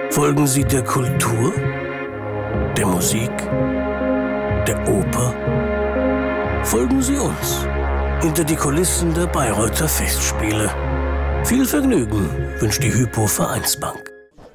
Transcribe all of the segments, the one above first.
Folgen Sie der Kultur, der Musik, der Oper? Folgen Sie uns hinter die Kulissen der Bayreuther Festspiele. Viel Vergnügen wünscht die Hypo Vereinsbank.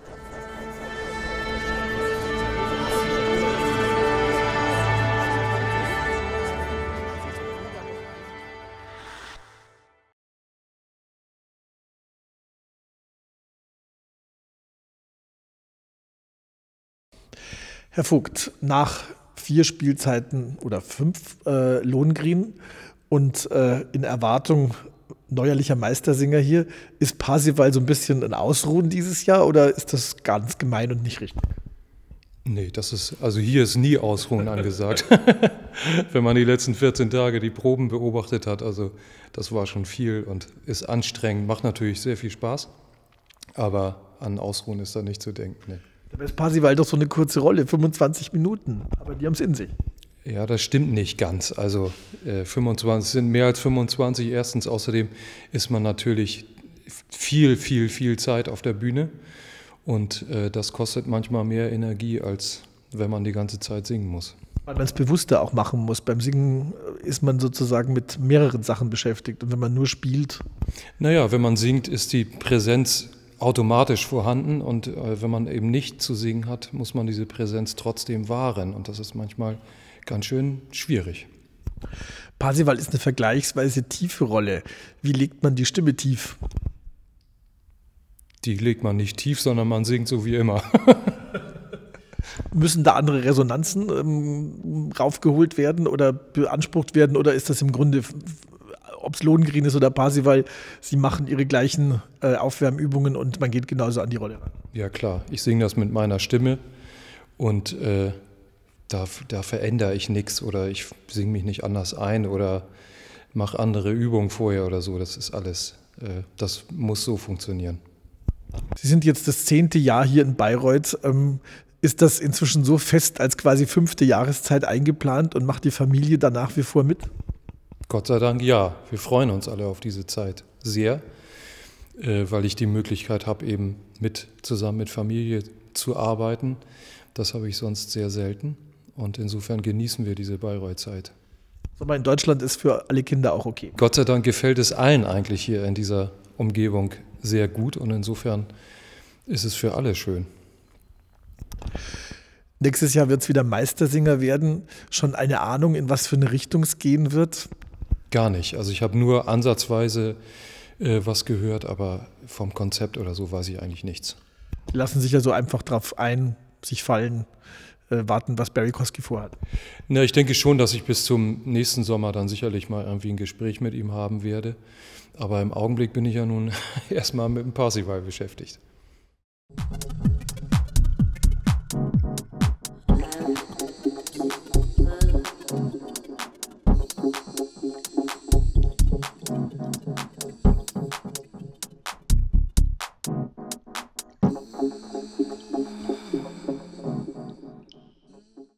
Herr Vogt, nach 4 Spielzeiten oder 5 Lohengrin und in Erwartung neuerlicher Meistersinger hier, ist Parsival so ein bisschen ein Ausruhen dieses Jahr oder ist das ganz gemein und nicht richtig? Nee, also hier ist nie Ausruhen angesagt. Wenn man die letzten 14 Tage die Proben beobachtet hat, also das war schon viel und ist anstrengend, macht natürlich sehr viel Spaß, aber an Ausruhen ist da nicht zu denken. Nee. Dabei ist Parsival doch so eine kurze Rolle, 25 Minuten, aber die haben es in sich. Ja, das stimmt nicht ganz. Also 25 sind mehr als 25. Erstens, außerdem ist man natürlich viel Zeit auf der Bühne und das kostet manchmal mehr Energie, als wenn man die ganze Zeit singen muss. Weil man es bewusster auch machen muss. Beim Singen ist man sozusagen mit mehreren Sachen beschäftigt und wenn man nur spielt. Naja, wenn man singt, ist die Präsenz automatisch vorhanden und wenn man eben nicht zu singen hat, muss man diese Präsenz trotzdem wahren und das ist manchmal ganz schön schwierig. Parsival ist eine vergleichsweise tiefe Rolle. Wie legt man die Stimme tief? Die legt man nicht tief, sondern man singt so wie immer. Müssen da andere Resonanzen raufgeholt werden oder beansprucht werden oder ist das im Grunde, ob es Lohengrin ist oder Parsival, sie machen ihre gleichen Aufwärmübungen und man geht genauso an die Rolle ran? Ja klar, ich singe das mit meiner Stimme und da verändere ich nichts oder ich singe mich nicht anders ein oder mache andere Übungen vorher oder so. Das ist alles, das muss so funktionieren. Sie sind jetzt das 10. Jahr hier in Bayreuth. Ist das inzwischen so fest als quasi 5. Jahreszeit eingeplant und macht die Familie da nach wie vor mit? Gott sei Dank ja. Wir freuen uns alle auf diese Zeit sehr, weil ich die Möglichkeit habe, eben zusammen mit Familie zu arbeiten. Das habe ich sonst sehr selten und insofern genießen wir diese Bayreuth-Zeit. Aber in Deutschland ist für alle Kinder auch okay. Gott sei Dank gefällt es allen eigentlich hier in dieser Umgebung sehr gut und insofern ist es für alle schön. Nächstes Jahr wird es wieder Meistersinger werden. Schon eine Ahnung, in was für eine Richtung es gehen wird? Gar nicht. Also ich habe nur ansatzweise was gehört, aber vom Konzept oder so weiß ich eigentlich nichts. Die lassen sich ja so einfach drauf ein, sich fallen, warten, was Barry Kosky vorhat. Na, ich denke schon, dass ich bis zum nächsten Sommer dann sicherlich mal irgendwie ein Gespräch mit ihm haben werde. Aber im Augenblick bin ich ja nun erstmal mit dem Parsival beschäftigt.